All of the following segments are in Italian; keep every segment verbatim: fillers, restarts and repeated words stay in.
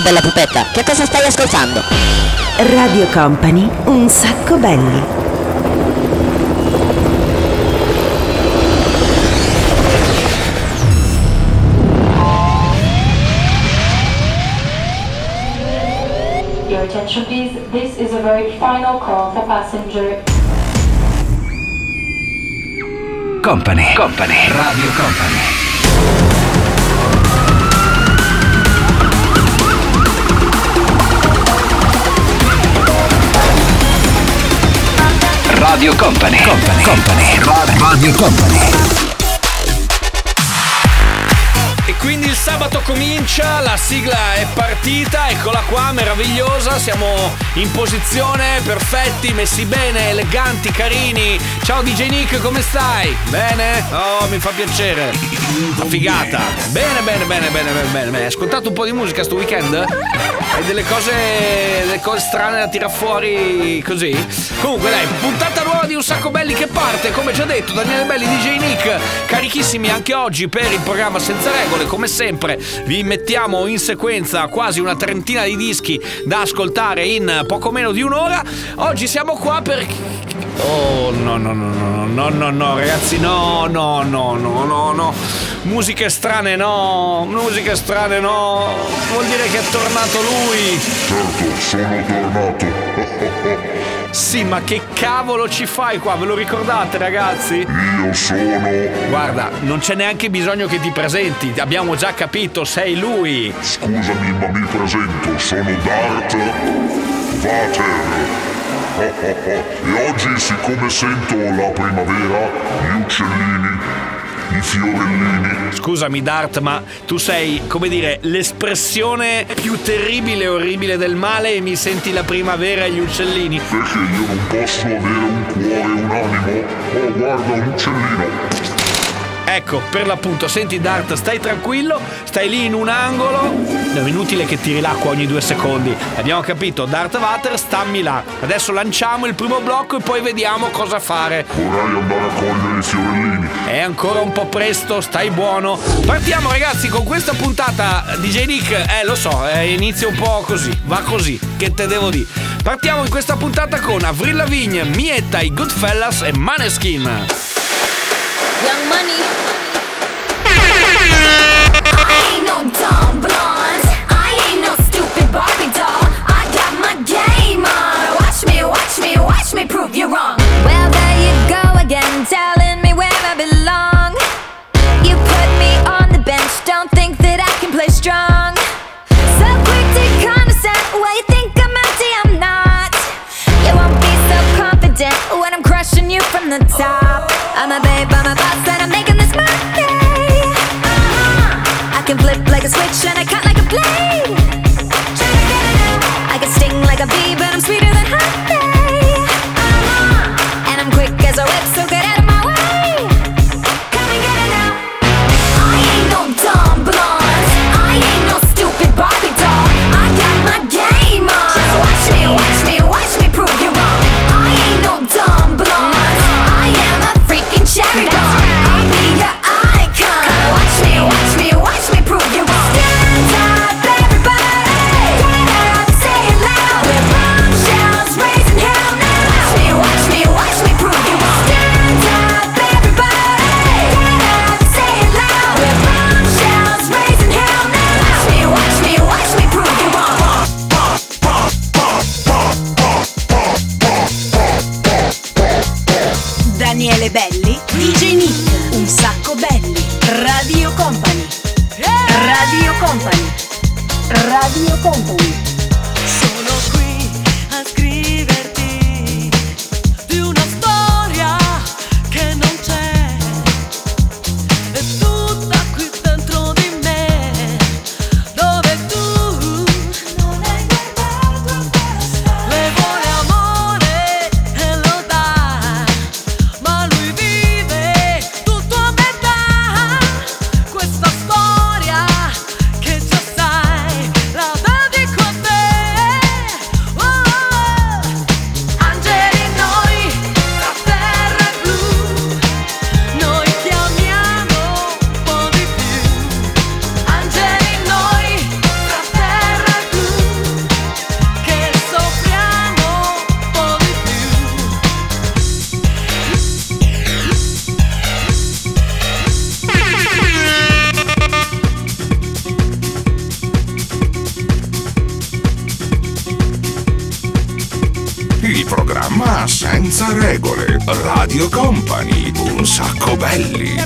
bella pupetta, che cosa stai ascoltando? Radio Company, un sacco belli. Your attention please, this is a very final call for passenger. Company, Company, Radio Company. Radio Company, Company, Company, Radio Company. E quindi il sabato comincia, la sigla è partita, eccola qua, meravigliosa, siamo in posizione, perfetti, messi bene, eleganti, carini. Ciao D J Nick, come stai? Bene? Oh, mi fa piacere. Una figata. Bene, bene, bene, bene, bene, bene. Hai ascoltato un po' di musica sto weekend? Hai delle cose, delle cose strane da tirar fuori così? Comunque dai, puntata nuova di Un Sacco Belli che parte, come già detto, Daniele Belli, D J Nick, carichissimi anche oggi per il programma Senza Regole. Come sempre vi mettiamo in sequenza quasi una trentina di dischi da ascoltare in poco meno di un'ora. Oggi siamo qua per... Oh no no no no no no no ragazzi, no no no no no no musiche strane no, musiche strane no, vuol dire che è tornato lui. Certo, sono tornato. Sì, ma che cavolo ci fai qua? Ve lo ricordate ragazzi? Io sono... Guarda, non c'è neanche bisogno che ti presenti, abbiamo già capito, sei lui. Scusami, ma mi presento, sono Darth Vader. Oh, oh, oh. E oggi, siccome sento la primavera, gli uccellini, i fiorellini... Scusami Dart, ma tu sei, come dire, l'espressione più terribile e orribile del male e mi senti la primavera e gli uccellini? Perché io non posso avere un cuore e un animo? Oh, guarda, un uccellino! Ecco, per l'appunto, senti Dart, stai tranquillo, stai lì in un angolo. No, è inutile che tiri l'acqua ogni due secondi. Abbiamo capito, Darth Vader, stammi là. Adesso lanciamo il primo blocco e poi vediamo cosa fare. Vorrei andare a cogliere i fiorellini. È ancora un po' presto, stai buono. Partiamo ragazzi con questa puntata di D J Nick. Eh, lo so, eh, inizia un po' così, va così, che te devo dire. Partiamo in questa puntata con Avril Lavigne, Mietta, i Goodfellas e Maneskin. Young Money. I ain't no dumb blonde. I ain't no stupid Barbie doll. I got my game on. Watch me, watch me, watch me prove you wrong. Well, there you go again, telling me where I belong. You put me on the bench, don't think that I can play strong. So quick to condescend, well, you think I'm empty, I'm not. You won't be so confident when I'm crushing you from the top. I'm a babe, I'm a boss, and I'm making this move. il programma senza regole. Radio Company, un sacco belli.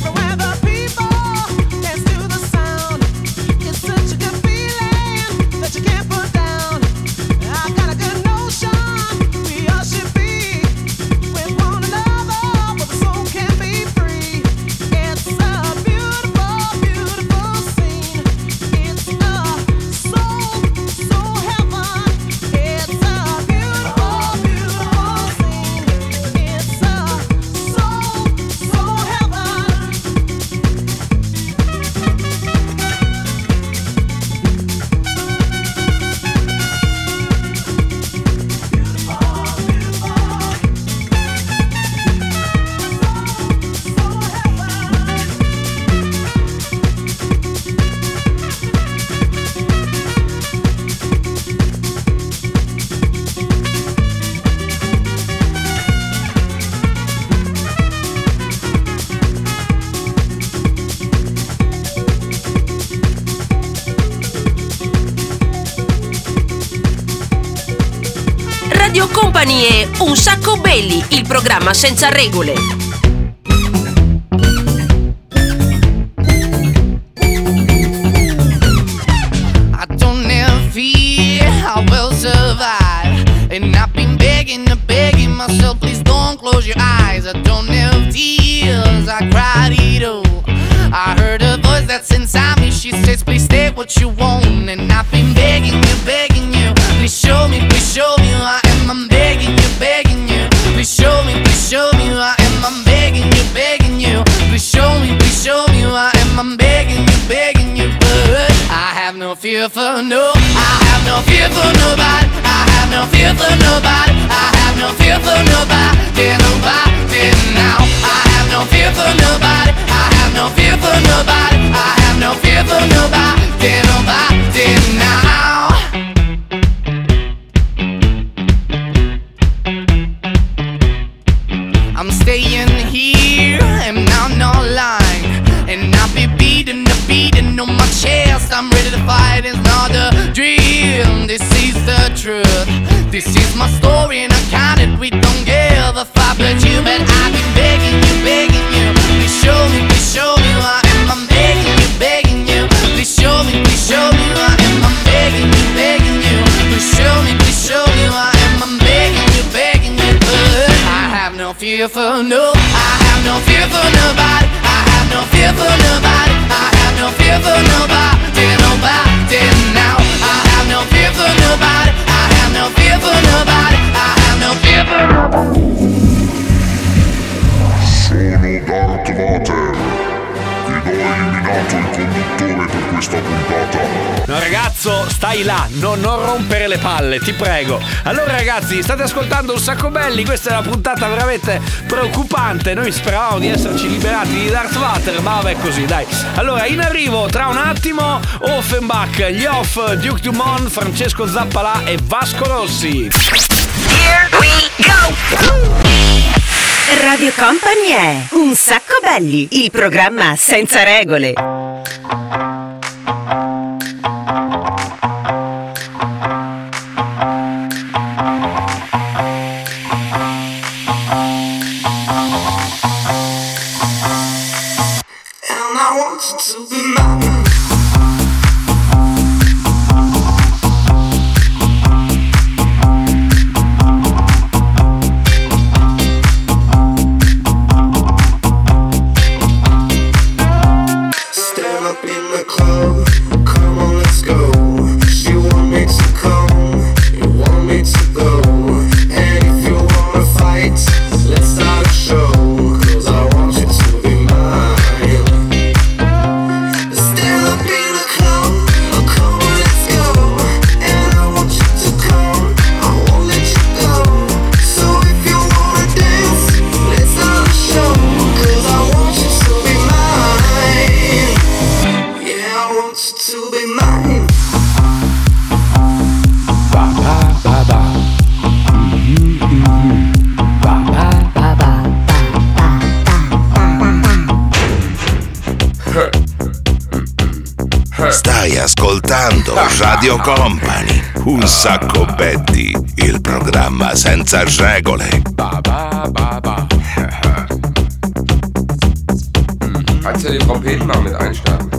Radio Company è Un sacco belli, il programma senza regole. I don't ever fear I will survive. And I've been begging and begging myself, please don't close your eyes. I don't have tears, I cried it all. I heard a voice that's inside me, she says please stay what you want. And I've been begging you, begging you, please show me, please show me who I am. I'm begging you, begging you, please show me, please show me who I am. I'm begging you, begging you, please show me, please show me who I am. I'm begging you, begging you, but I have no fear for no, I have no fear for nobody. I have no fear for nobody. I have no fear for nobody, nobody now. I have no fear for nobody. I have no fear for nobody. I have no fear for nobody, nobody now. I'm staying here and I'm not lying. And I'll be beating the beating on my chest. I'm ready to fight, it's not a dream. This is the truth. This is my story and I count it. We don't give a fuck but you. But I've been begging you, begging you, please show me, please show me who I am. I'm begging you, begging you, please show me, please show me who I am. I'm begging you, begging you, please show me, please show me who I am. I'm begging you, begging you, but I have no fear for no, I have no fear for nobody. I have no fear for nobody. I have no fear for nobody, nobody now. I have no fear for nobody. I have no fear for nobody. I have no fear for nobody. Sono Darth Vader ed ho eliminato il conduttore per questa puntata. No ragazzo, stai là, no, non rompere le palle, ti prego. Allora ragazzi, state ascoltando Un sacco belli, questa è una puntata veramente preoccupante. Noi speravamo di esserci liberati di Darth Vader, ma vabbè così, dai. Allora, in arrivo tra un attimo Offenbach, gli Off, Duke Dumont, Francesco Zappalà e Vasco Rossi. Here we go! Radio Company è Un sacco belli, il programma senza regole. Stand up in the ascoltando Radio Company. Un sacco belli, il programma senza regole. Ba ba ba ba. Kannst du den Trompeten mal mit einstarten?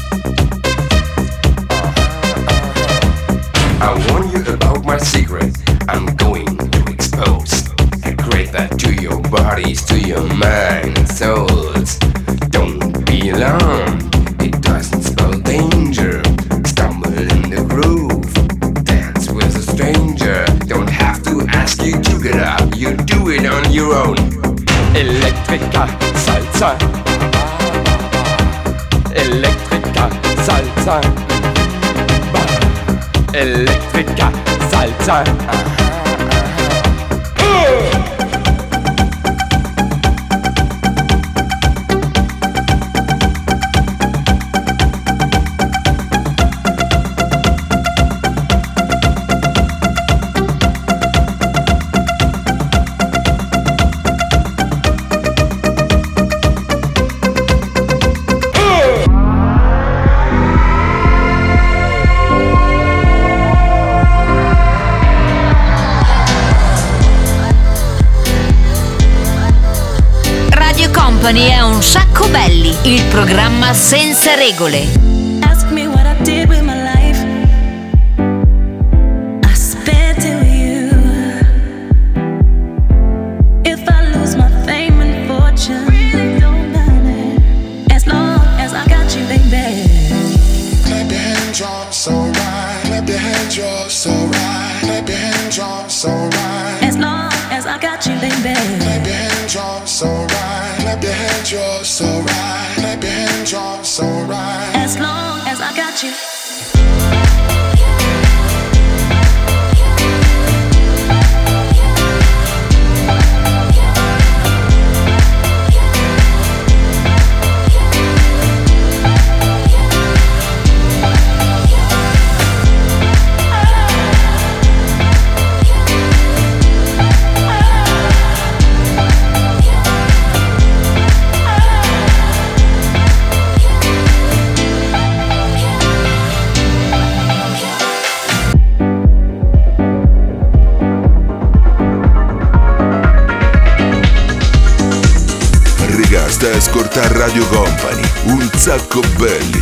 I warn you about my secret. I'm going to expose. I create that to your bodies, to your mind and souls. Don't be alarmed. It doesn't spell danger. Stumble in the groove. Dance with a stranger. Don't have to ask you to get up. You do it on your own. Electrica salsa. Electrica salsa. Electrica salsa. È un sacco belli, il programma senza regole. Ask me what I did with my life. I spent it with you. If I lose my fame and fortune, really don't matter. As long as I got you, baby. Clap your hands, you're so right. Clap your hands, you're so right. Clap your hands, you're so right. As long as I got you, baby. Clap your hands, you're so right. Clap your hands, you're so right. Clap your hands, you're so right. As long as I got you. Stai a ascoltare Radio Company, un sacco belli.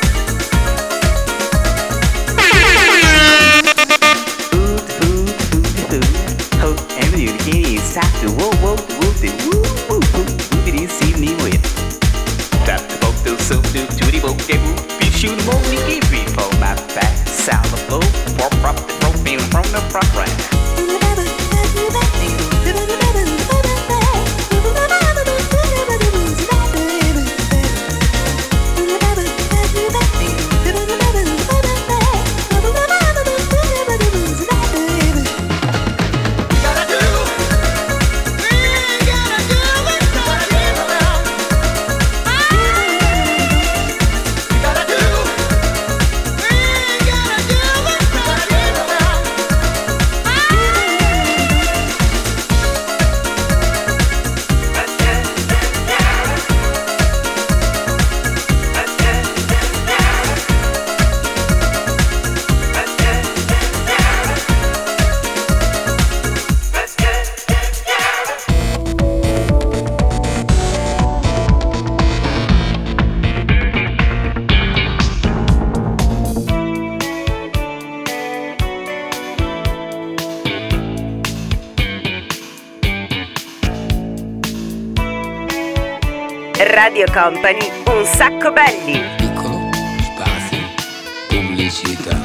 Radio Company, un sacco belli. Piccolo spazio pubblicità.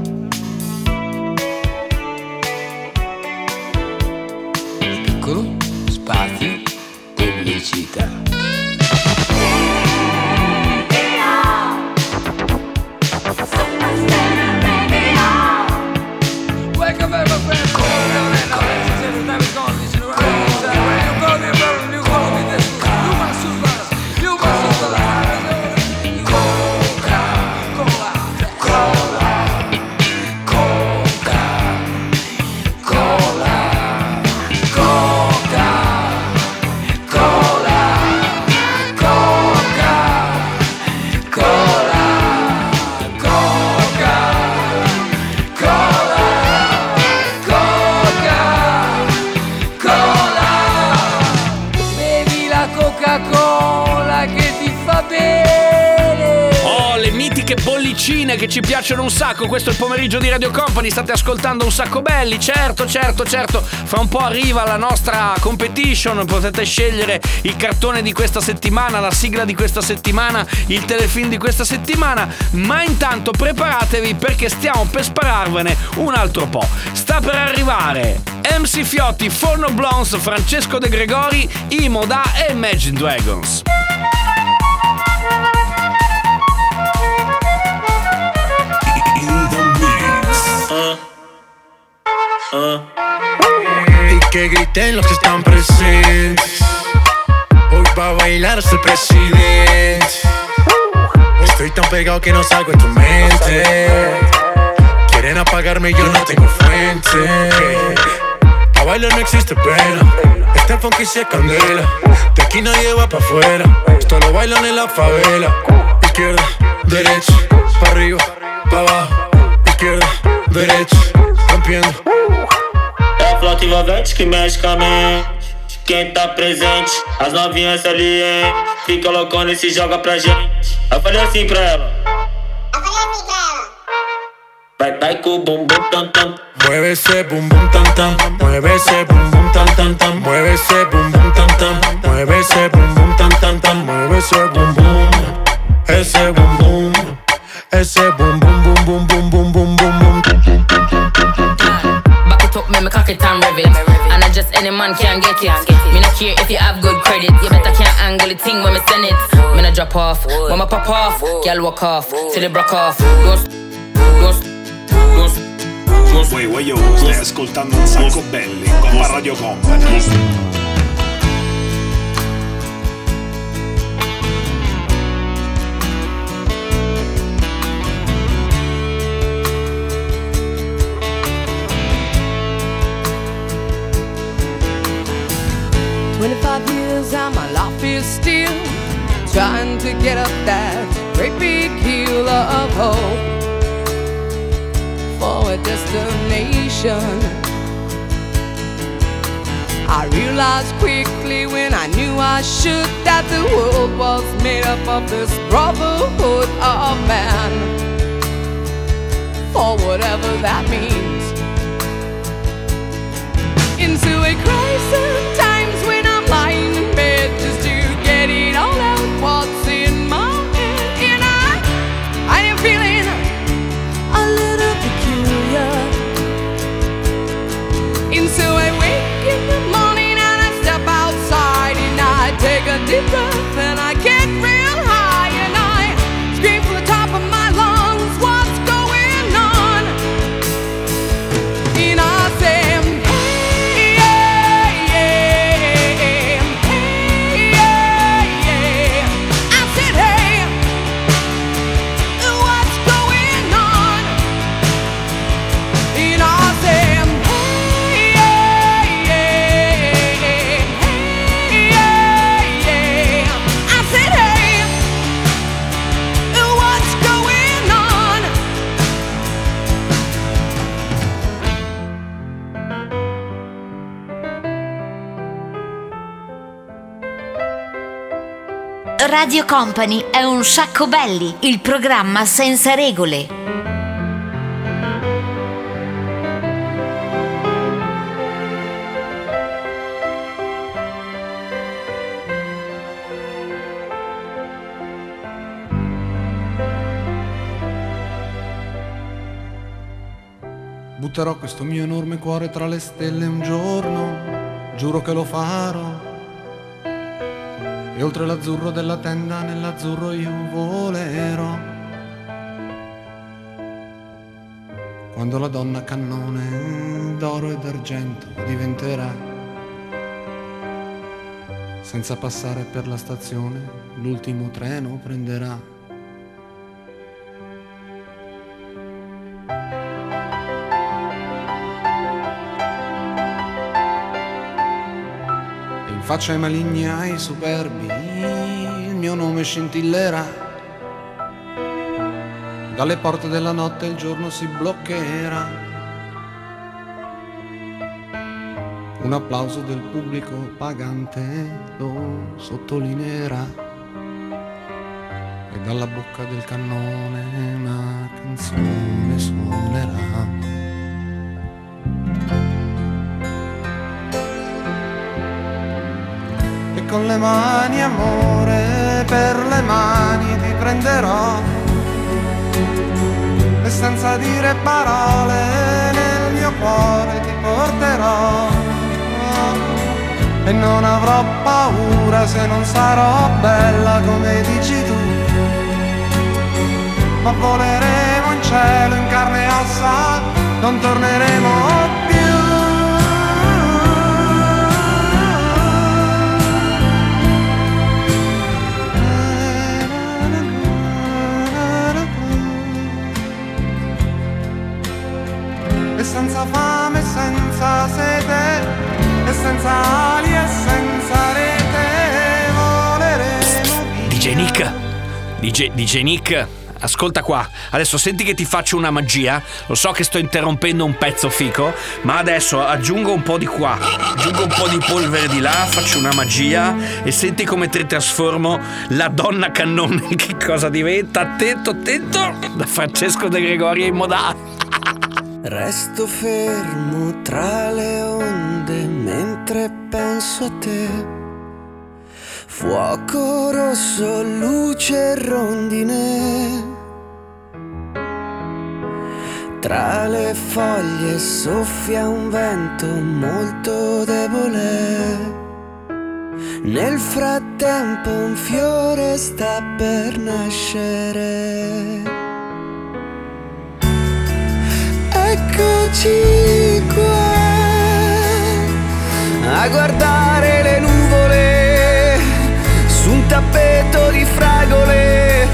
Piccolo spazio pubblicità. vocine che ci piacciono un sacco. Questo è il pomeriggio di Radio Company, state ascoltando Un Sacco Belli. Certo, certo, certo, fra un po' arriva la nostra competition, potete scegliere il cartone di questa settimana, la sigla di questa settimana, il telefilm di questa settimana. Ma intanto preparatevi perché stiamo per spararvene un altro po'. Sta per arrivare M C Fiotti, Forno Blondes, Francesco De Gregori, Imoda e Imagine Dragons. Y que griten los que están presentes. Hoy va a bailar hasta el presidente. Estoy tan pegado que no salgo en tu mente. Quieren apagarme y yo no tengo fuente. A bailar no existe pena. Este funky se candela. De aquí nadie va pa' afuera. Esto lo bailan en la favela. Izquierda, derecha, pa' arriba, pa' abajo. Izquierda, derecha, rompiendo. É a flauta envolvente que mexe com a mente. Quem tá presente, as novinhas salientes. Fica loucona e se joga pra gente. Eu falei assim pra ela. Eu falei assim pra ela. Vai, vai com o bum bum tam tam. Mueve ese bum bum tam tam. Mueve ese bum bum tam tam tam. Mueve ese bum bum tam tam. Mueve ese bum bum tam tam tam. Mueve ese bum bum. Ese bum bum. Ese bum bum bum bum bum bum bum bum bum. Back it up, me me cock it and rev it. And I just any man can get it. Me not care if you have good credit. You better can't angle the thing when me send it. Me not drop off, when me pop off. Girl walk off, till it broke off. Don't, don't, don't. Uè, uè, io stai ascoltando Un Sacco Belli con la Radio Company. Twenty-five years and my life is still trying to get up that great big hill of hope for a destination. I realized quickly when I knew I should that the world was made up of this brotherhood of man, for whatever that means. Into a crisis times when I'm lying in bed just to get it all out what's in my head. And I, I am feeling a little peculiar. And so I wake in the morning and I step outside and I take a deep breath and I get real high and I scream from the top of my lungs, what's going on? And I say, Radio Company è Un Sacco Belli, il programma senza regole. Butterò questo mio enorme cuore tra le stelle un giorno, giuro che lo farò. E oltre l'azzurro della tenda nell'azzurro io volerò. Quando la donna cannone d'oro e d'argento diventerà, senza passare per la stazione l'ultimo treno prenderà. Faccia ai maligni, ai superbi, il mio nome scintillerà. Dalle porte della notte il giorno si bloccherà. Un applauso del pubblico pagante lo sottolineerà. e dalla bocca del cannone una canzone suonerà. E con le mani, amore, per le mani ti prenderò, e senza dire parole nel mio cuore ti porterò, e non avrò paura se non sarò bella come dici tu, ma voleremo in cielo in carne e ossa, non torneremo più. E senza fame, senza sete, e senza ali e senza rete voleremo via. D J Nick, D J, D J Nick, ascolta qua, adesso senti che ti faccio una magia. Lo so che sto interrompendo un pezzo fico, ma adesso aggiungo un po' di qua, aggiungo un po' di polvere di là, faccio una magia e senti come ti trasformo la donna cannone. Che cosa diventa? Attento, attento, da Francesco De Gregorio in moda. Resto fermo tra le onde mentre penso a te. Fuoco rosso, luce rondine. Tra le foglie soffia un vento molto debole. Nel frattempo un fiore sta per nascere. Eccoci qua a guardare le nuvole su un tappeto di fragole.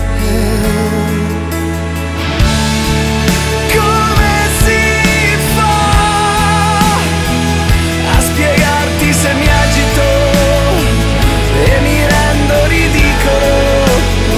Come si fa a spiegarti se mi agito e mi rendo ridicolo?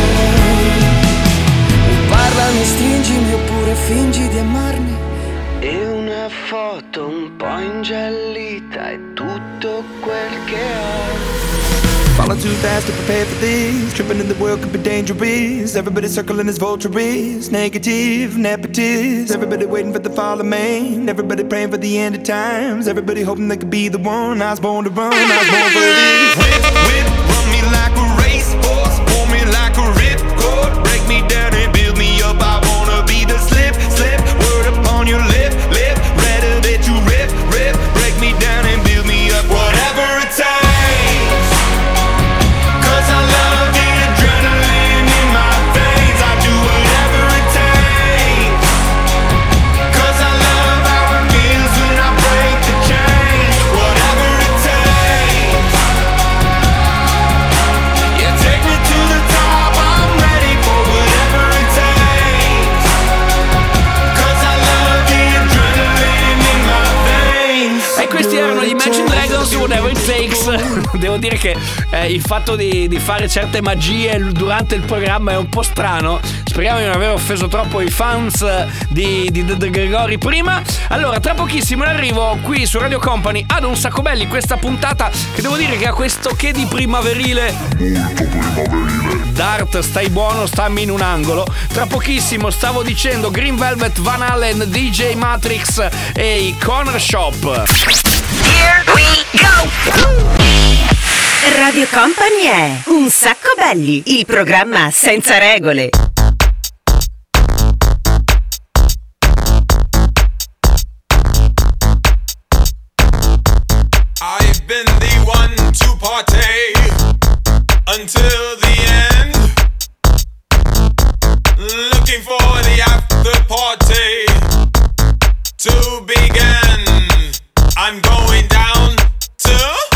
Parlami, stringimi oppure fingi di amarmi. E una foto un po' ingiallita è tutto quel che ho. Falling too fast to prepare for this. Tripping in the world could be dangerous. Everybody circling as vultures. Negative, nepotist. Everybody waiting for the fall of man. Everybody praying for the end of times. Everybody hoping they could be the one. I was born to run, I was born for this. Whip, whip, run me like a racehorse. Pull me like a ripcord. Break me down and build me up. I wanna be the slip, slip. Word upon your lip, lip. Rather that you rip, rip. Break me down and build me up. Whatever it takes. Cause I love the adrenaline in my veins. I do whatever it takes. Cause I love how it feels when I break the chains. Whatever it takes. Yeah, take me to the top. I'm ready for whatever it takes. Cause I love the adrenaline in my veins. E questi erano gli Imagine Dragons, Whatever It Takes. Devo dire che eh, il fatto di, di fare certe magie durante il programma è un po' strano. Speriamo di non aver offeso troppo i fans di, di, di, di Gregori prima. Allora, tra pochissimo in arrivo qui su Radio Company ad Un Sacco Belli, questa puntata che devo dire che ha questo che di primaverile. Molto primaverile. Dart, stai buono, stammi in un angolo. Tra pochissimo, stavo dicendo, Green Velvet, Van Halen, D J Matrix e i Corner Shop. Here we go! Radio Company è Un Sacco Belli, il programma senza regole. I've been the one to partay until the end. Looking for the after party to begin. I'm going down to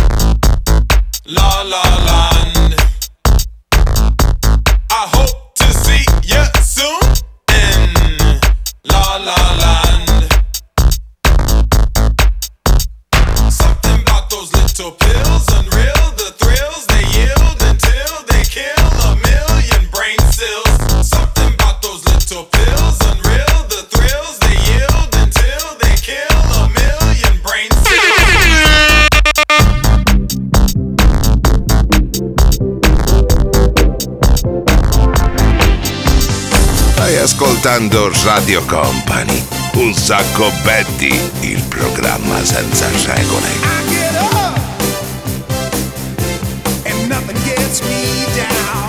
La La Land. I hope to see you soon in La La Land. Something about those little pills, unreal, the thrills they yield until they kill a million brain cells. Something about those little pills, unreal, the thrills they yield until they kill a million brain cells. ascoltando Radio Company. Un sacco Betty, il programma senza regole. I get up and nothing gets me down.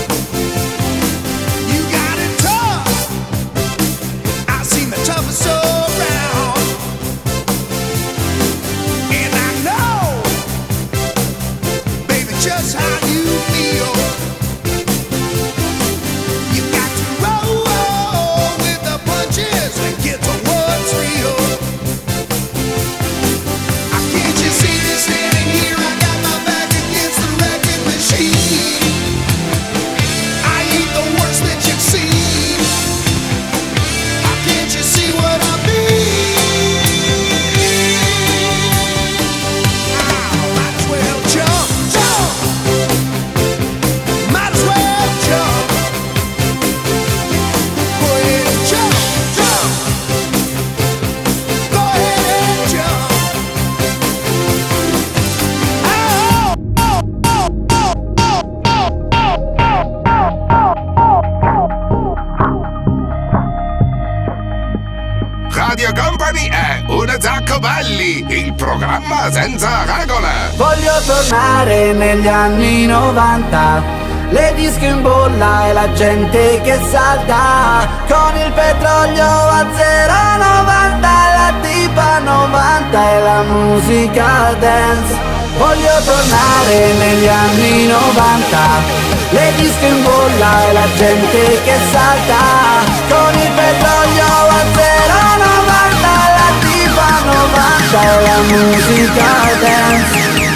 You got it tough. I've seen the toughest around, and I know, baby, just how you feel. You got to roll with the punches and get to what's real. Can't you see me standing here? I got my back against the wrecking machine. I ain't the worst that you've seen. Can't you see what I mean? I might as well jump, jump. Might as well jump. Go ahead and jump, jump. Go ahead and jump. Radio Company è una Zacco Belli, il programma senza regole. Voglio tornare negli anni novanta, le disco in bolla e la gente che salta, con il petrolio a zero virgola novanta, la tipa novanta e la musica dance. Voglio tornare negli anni novanta, le disco in bolla e la gente che salta, con il petrolio a zero virgola novanta, la tipa novanta e la musica dance.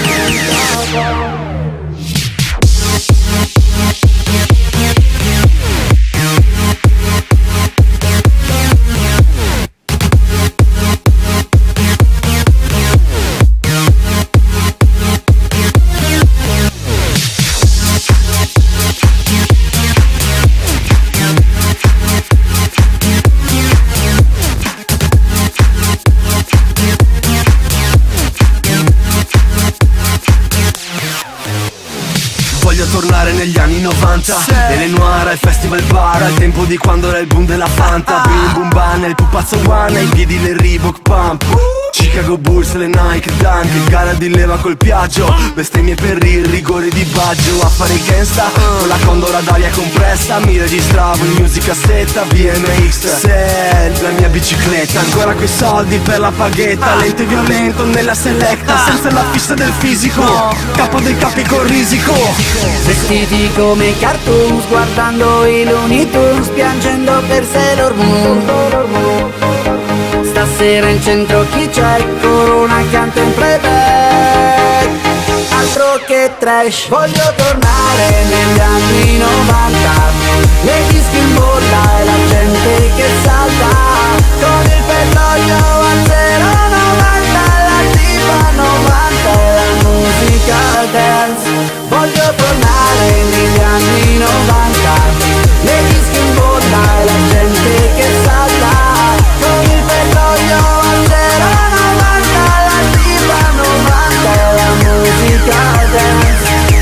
Tornare negli anni novanta, nelle Noir al festival bar, al tempo di quando era il boom della Fanta. Bim bum ban, il pupazzo one, ai piedi le Reebok Pump, Chicago Bulls, le Nike Dunk, il gara di leva col Piaggio, bestemmie per il rigore di Baggio. A fare il gangsta, con la condora d'aria compressa, mi registravo in music cassetta, B M X, Sel, la mia bicicletta. Ancora quei soldi per la paghetta, lento e violento nella selecta, senza la fissa del fisico, capo dei capi con risico. Vestiti come cartoons, guardando i Looney Tunes, piangendo per Sailor Moon. Stasera in centro chi c'è? Corona canta in playback, altro che trash. Voglio tornare negli anni novanta, le dischi in bolla e la gente che salta, con il petrolio a zero virgola novanta, la tipa novanta e la musica dance. Voglio tornare negli anni novanta, le dischi in bolla e la gente che salta, con il petrolio a zero virgola novanta, la tipa novanta e la musica dance.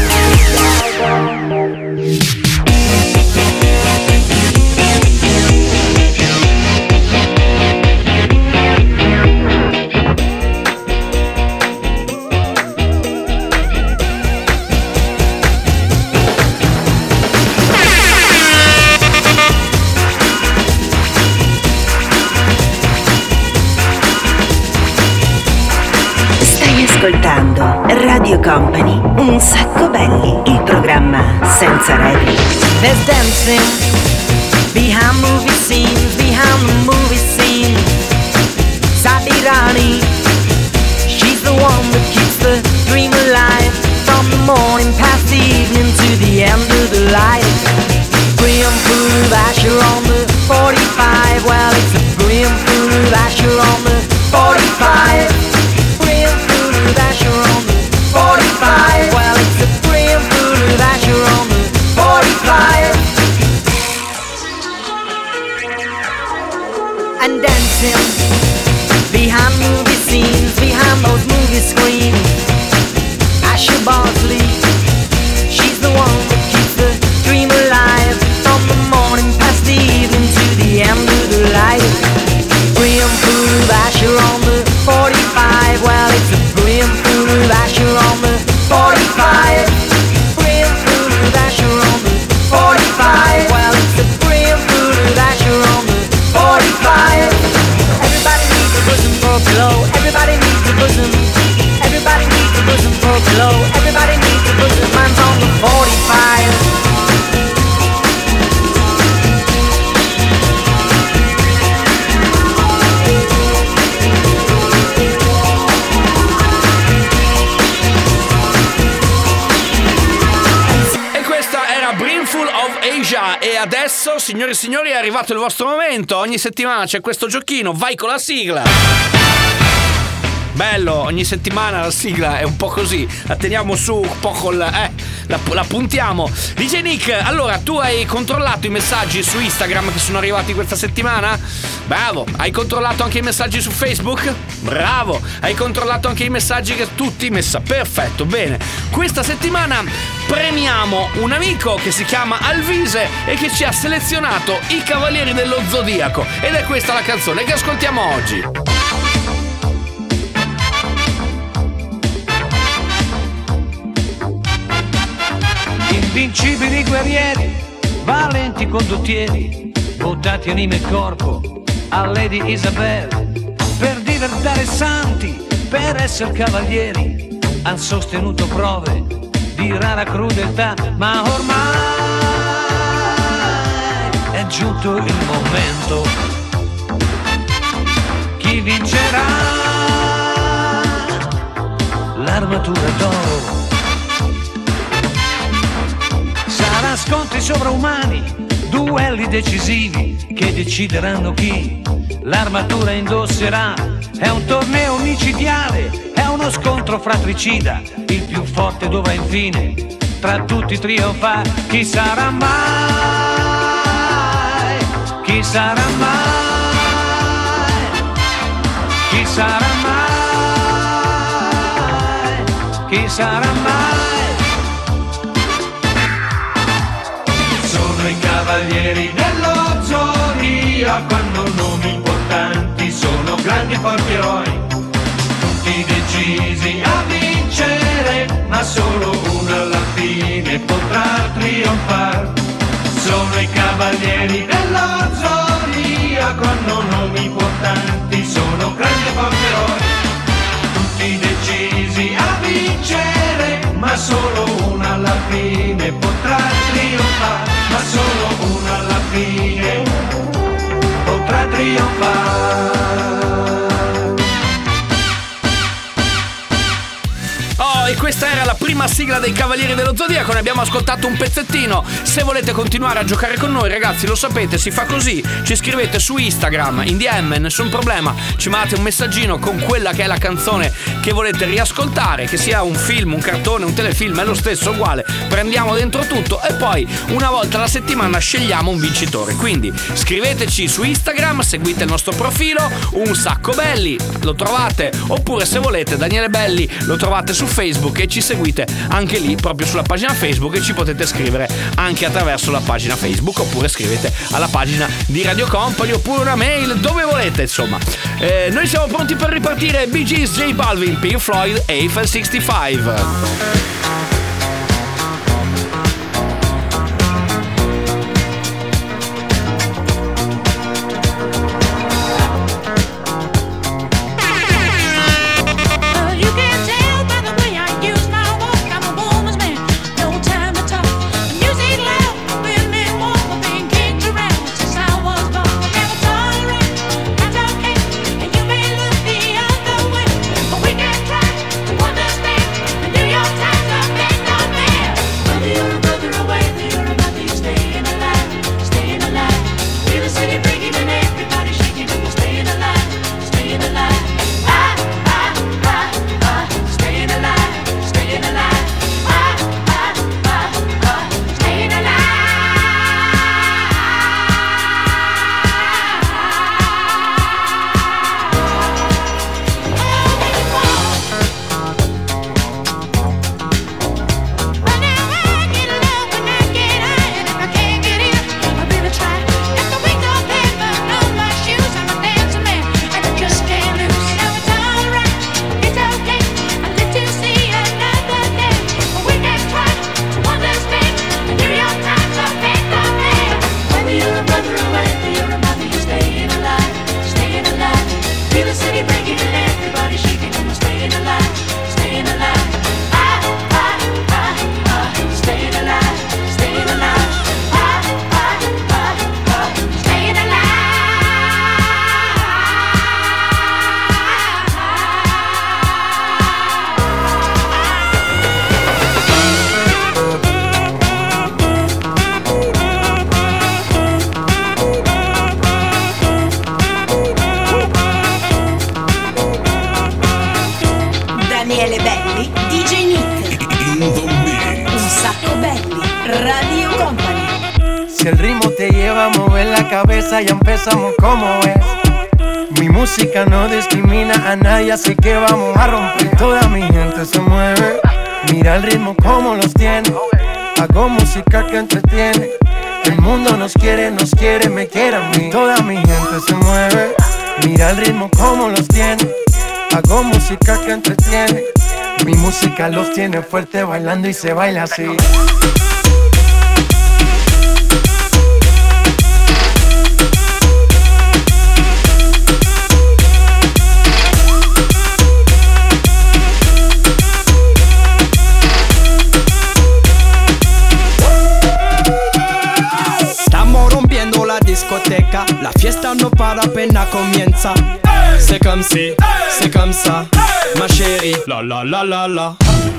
Ascoltando Radio Company, un sacco belli, il programma senza regole. There's dancing behind movie scenes, behind the movie scene. Sabirani, she's the one that keeps the dream alive, from the morning past the evening to the end of the light. Grim food Asher on the forty-five, well it's a grim food Asher on the forty-five. Asher on the forty-five, well it's a grim food Asher on the forty-five. And dancing behind movie scenes, behind those movie screens. Hello, everybody needs to put their minds on the forty-five. Asia. E adesso, signori e signori, è arrivato il vostro momento. Ogni settimana c'è questo giochino, vai con la sigla. Bello, ogni settimana la sigla è un po' così, la teniamo su un po' col... eh, la, la puntiamo. D J Nick, allora tu hai controllato i messaggi su Instagram che sono arrivati questa settimana? Bravo. Hai controllato anche i messaggi su Facebook? Bravo. Hai controllato anche i messaggi che tutti messa? Perfetto, bene. Questa settimana premiamo un amico che si chiama Alvise e che ci ha selezionato i Cavalieri dello Zodiaco, ed è questa la canzone che ascoltiamo oggi. Invincibili guerrieri, valenti condottieri, buttati anima e corpo a Lady Isabel. Per diventare santi, per essere cavalieri, han sostenuto prove di rara crudeltà, ma ormai è giunto il momento. Chi vincerà l'armatura d'oro? Sarà scontri sovraumani, duelli decisivi che decideranno chi l'armatura indosserà. È un torneo micidiale, è uno scontro fratricida, il più forte dovrà infine tra tutti trionfare. Chi sarà mai? Chi sarà mai? Chi sarà mai? Chi sarà mai? Sono i cavalieri dello zodiaco, hanno nomi importanti, sono grandi e forti eroi, tutti decisi a vincere, ma solo uno alla fine potrà trionfare. Sono i cavalieri dello zodiaco, hanno nomi importanti, sono grandi e forti eroi, tutti decisi a vincere, ma solo uno alla fine potrà trionfare, ma solo uno alla fine potrà trionfare. Oh, e questa era la prima sigla dei Cavalieri dello Zodiaco, ne abbiamo ascoltato un pezzettino. Se volete continuare a giocare con noi, ragazzi, lo sapete, si fa così: ci scrivete su Instagram, in D M, nessun problema, ci mandate un messaggino con quella che è la canzone che volete riascoltare, che sia un film, un cartone, un telefilm, è lo stesso, uguale, prendiamo dentro tutto e poi una volta alla settimana scegliamo un vincitore. Quindi scriveteci su Instagram, seguite il nostro profilo, Un Sacco Belli, lo trovate, oppure se volete Daniele Belli lo trovate su Facebook e ci seguite anche lì proprio sulla pagina Facebook, e ci potete scrivere anche attraverso la pagina Facebook, oppure scrivete alla pagina di Radio Company, oppure una mail, dove volete, insomma. Eh, noi siamo pronti per ripartire. Bee Gees, J Balvin, Pink Floyd, Eiffel sessantacinque. Understand, and do your time. belli, D J Nick. Un sacco belli, Radio Company. Si el ritmo te lleva a mover la cabeza, ya empezamos como es. Mi música no discrimina a nadie, así que vamos a romper. Toda mi gente se mueve, mira el ritmo como los tiene. Hago música que entretiene. El mundo nos quiere, nos quiere, me quiere a mí. Toda mi gente se mueve, mira el ritmo como los tiene. Hago música que entretiene. Mi música los tiene fuerte bailando y se baila así. Discoteca, la fiesta no para apenas comienza. C'est comme si, c'est comme ça, ma chérie. La la la la la.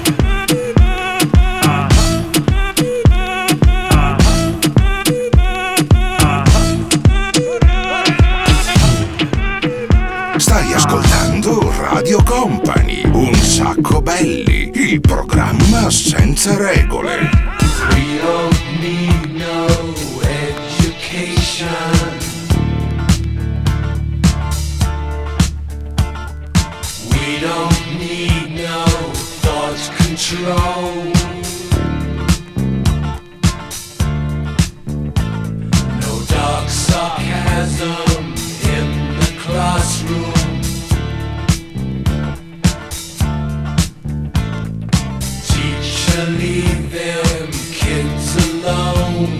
Stai ascoltando Radio Company, un sacco belli, il programma senza regole. We don't need no education. We don't need no thought control. No dark sarcasm in the classroom. Teacher, leave them kids alone.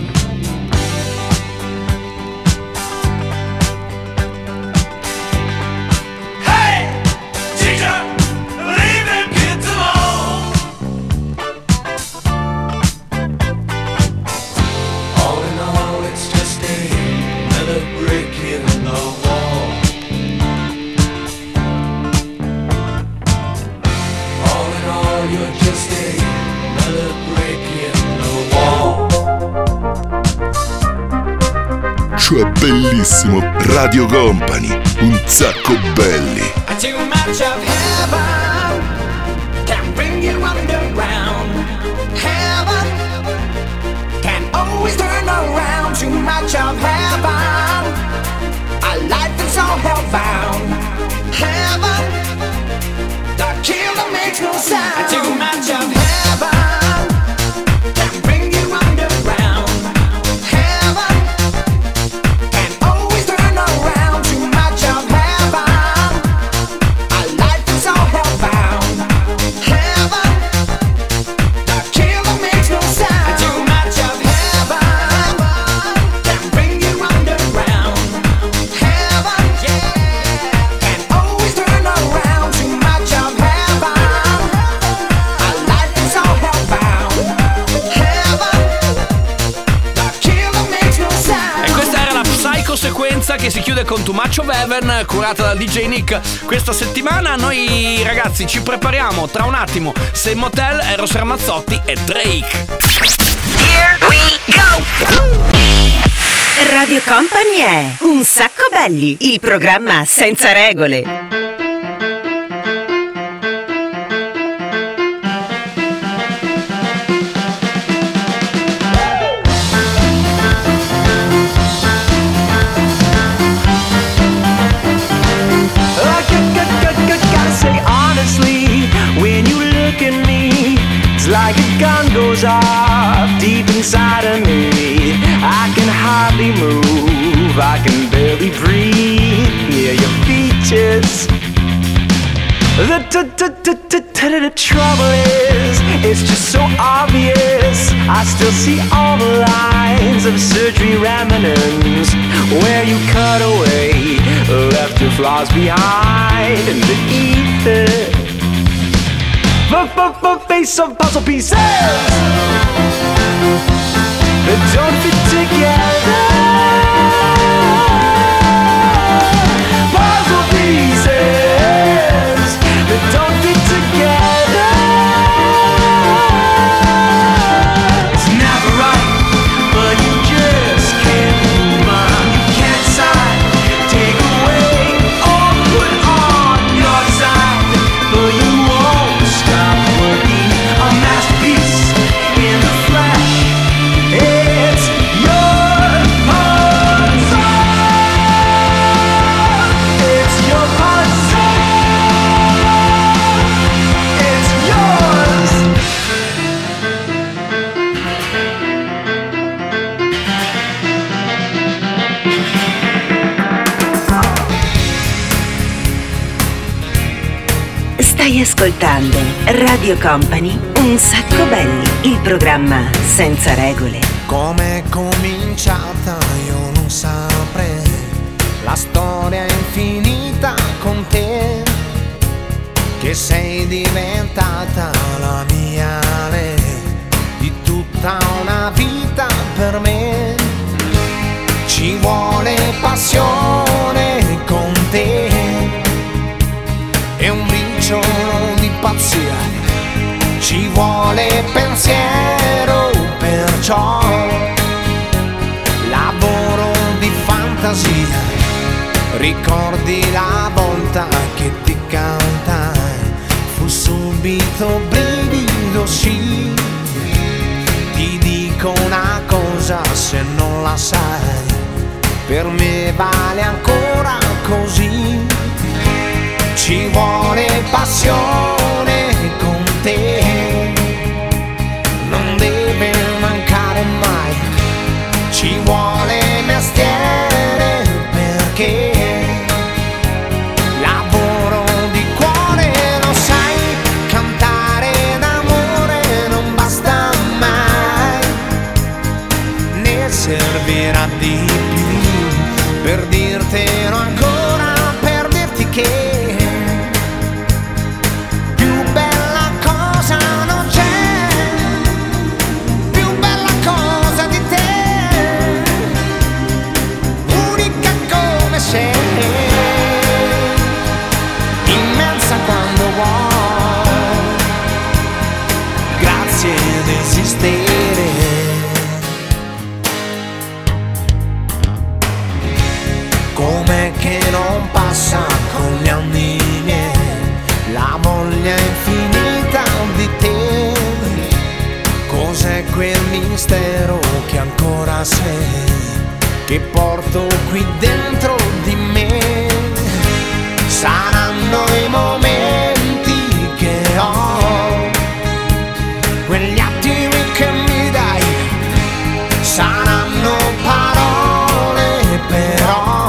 È bellissimo. Radio Company, un sacco belli. Too much of heaven can bring you underground. Heaven can always turn around. Too much of heaven, our life is all hellbound. Heaven, the killer makes no sound. Too much of heaven can bring you underground. Heaven can always turn around. Too much of heaven, our life is all hellbound. Heaven, the killer makes no sound. Too much of heaven can bring you underground. Heaven, yeah, can always turn around. Too much of heaven, our life is all hellbound. Heaven, the killer makes no sound. E questa era la Psycho sequenza che si chiude con Too Much of Heaven, curata dal D J Nick questa settimana. Noi ragazzi ci prepariamo tra un attimo Sei Motel, Eros Ramazzotti e Drake. Here we go! Radio Company è Un sacco belli, il programma senza regole. Gotta say honestly, when you look at me, it's like a gun goes off deep inside of me. I can hardly move, I can barely breathe near your features. The the trouble is, it's just so obvious. I still see all the lines of surgery remnants where you cut away, left your flaws behind in the ether. Face of puzzle pieces that don't fit together. Puzzle pieces that don't fit together. It's never right, but you just can't move on. You can't decide, take away or put on your side, but you won't stop ascoltando Radio Company, Un Sacco Belli, il programma senza regole. Come è cominciata io non saprei, la storia è infinita con te, che sei diventata la mia re, di tutta una vita per me. Ci vuole passione con te e un briciolo di pazzia, ci vuole pensiero, perciò lavoro di fantasia. Ricordi la volta che ti cantai, fu subito brivido, sì. Ti dico una cosa se non la sai, per me vale ancora così. Ci vuole passione con te, non deve mancare mai. Ci vuole mestiere perché lavoro di cuore, lo sai, cantare d'amore non basta mai, ne servirà di più per dirtelo ancora, per dirti che immensa quando vuoi, grazie ad esistere. Com'è che non passa con gli anni miei la voglia infinita di te? Cos'è quel mistero che ancora sei, che porto qui dentro di me? Saranno i momenti che ho, quegli attimi che mi dai, saranno parole però,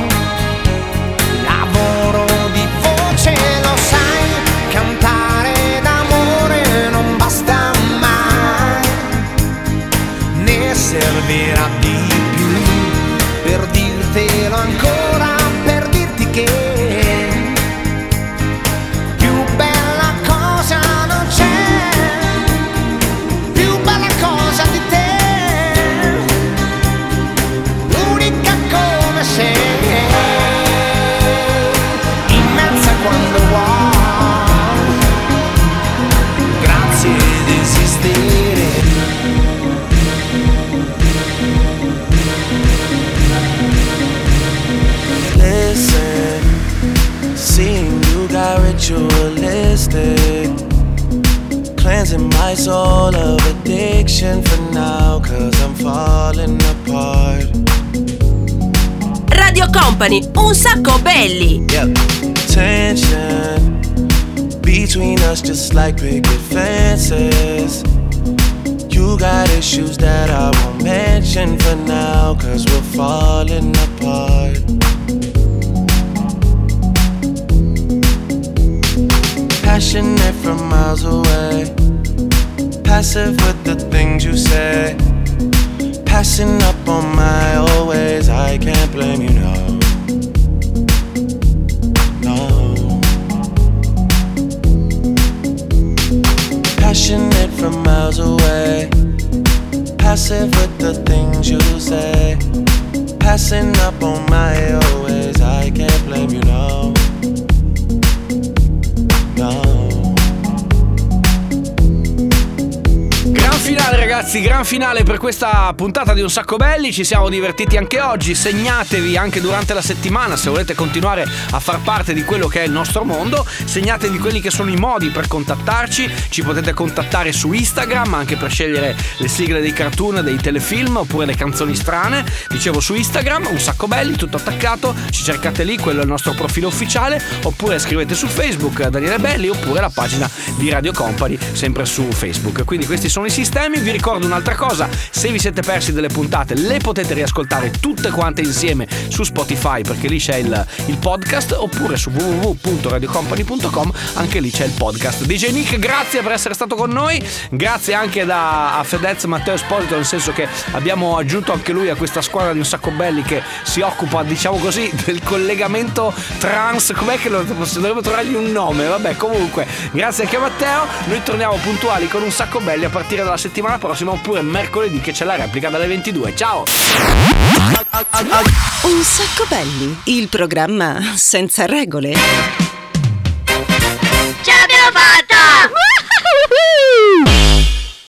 lavoro di voce, lo sai, cantare d'amore non basta mai, ne servirà di per dirtelo ancora, per dirti che più bella cosa non c'è, più bella cosa di te, unica come sei, immensa quando vuoi, grazie ad esistere. Seeing you got ritualistic, cleansing my soul of addiction for now, cause I'm falling apart. Radio Company, Un Sacco Belli. Yep. Tension between us just like picket fences. You got issues that I won't mention for now, cause we're falling apart. Passionate from miles away, passive with the things you say, passing up on my old ways. I can't blame you, no, no. Passionate from miles away, passive with the things you say, passing up on my old ways. I can't blame you, no. Gran finale ragazzi, gran finale per questa puntata di Un Sacco Belli. Ci siamo divertiti anche oggi. Segnatevi anche durante la settimana, se volete continuare a far parte di quello che è il nostro mondo, segnatevi quelli che sono i modi per contattarci. Ci potete contattare su Instagram anche per scegliere le sigle dei cartoon, dei telefilm oppure le canzoni strane. Dicevo su Instagram, Un Sacco Belli, tutto attaccato, ci cercate lì, quello è il nostro profilo ufficiale, oppure scrivete su Facebook Daniele Belli, oppure la pagina di Radio Company sempre su Facebook. Quindi questi sono i sistemi. Vi ricordo un'altra cosa: se vi siete persi delle puntate le potete riascoltare tutte quante insieme su Spotify, perché lì c'è il, il podcast, oppure su w w w punto radio company punto com, anche lì c'è il podcast. D J Nick, grazie per essere stato con noi, grazie anche da, a Fedez Matteo Esposito, nel senso che abbiamo aggiunto anche lui a questa squadra di Un Sacco Belli che si occupa, diciamo così, del collegamento trans. Com'è che lo, dovremmo trovargli un nome? Vabbè, comunque grazie anche a Matteo. Noi torniamo puntuali con Un Sacco Belli a partire dalla settimana prossima, oppure mercoledì che c'è la replica dalle ventidue. Ciao. Un Sacco Belli, il programma senza regole.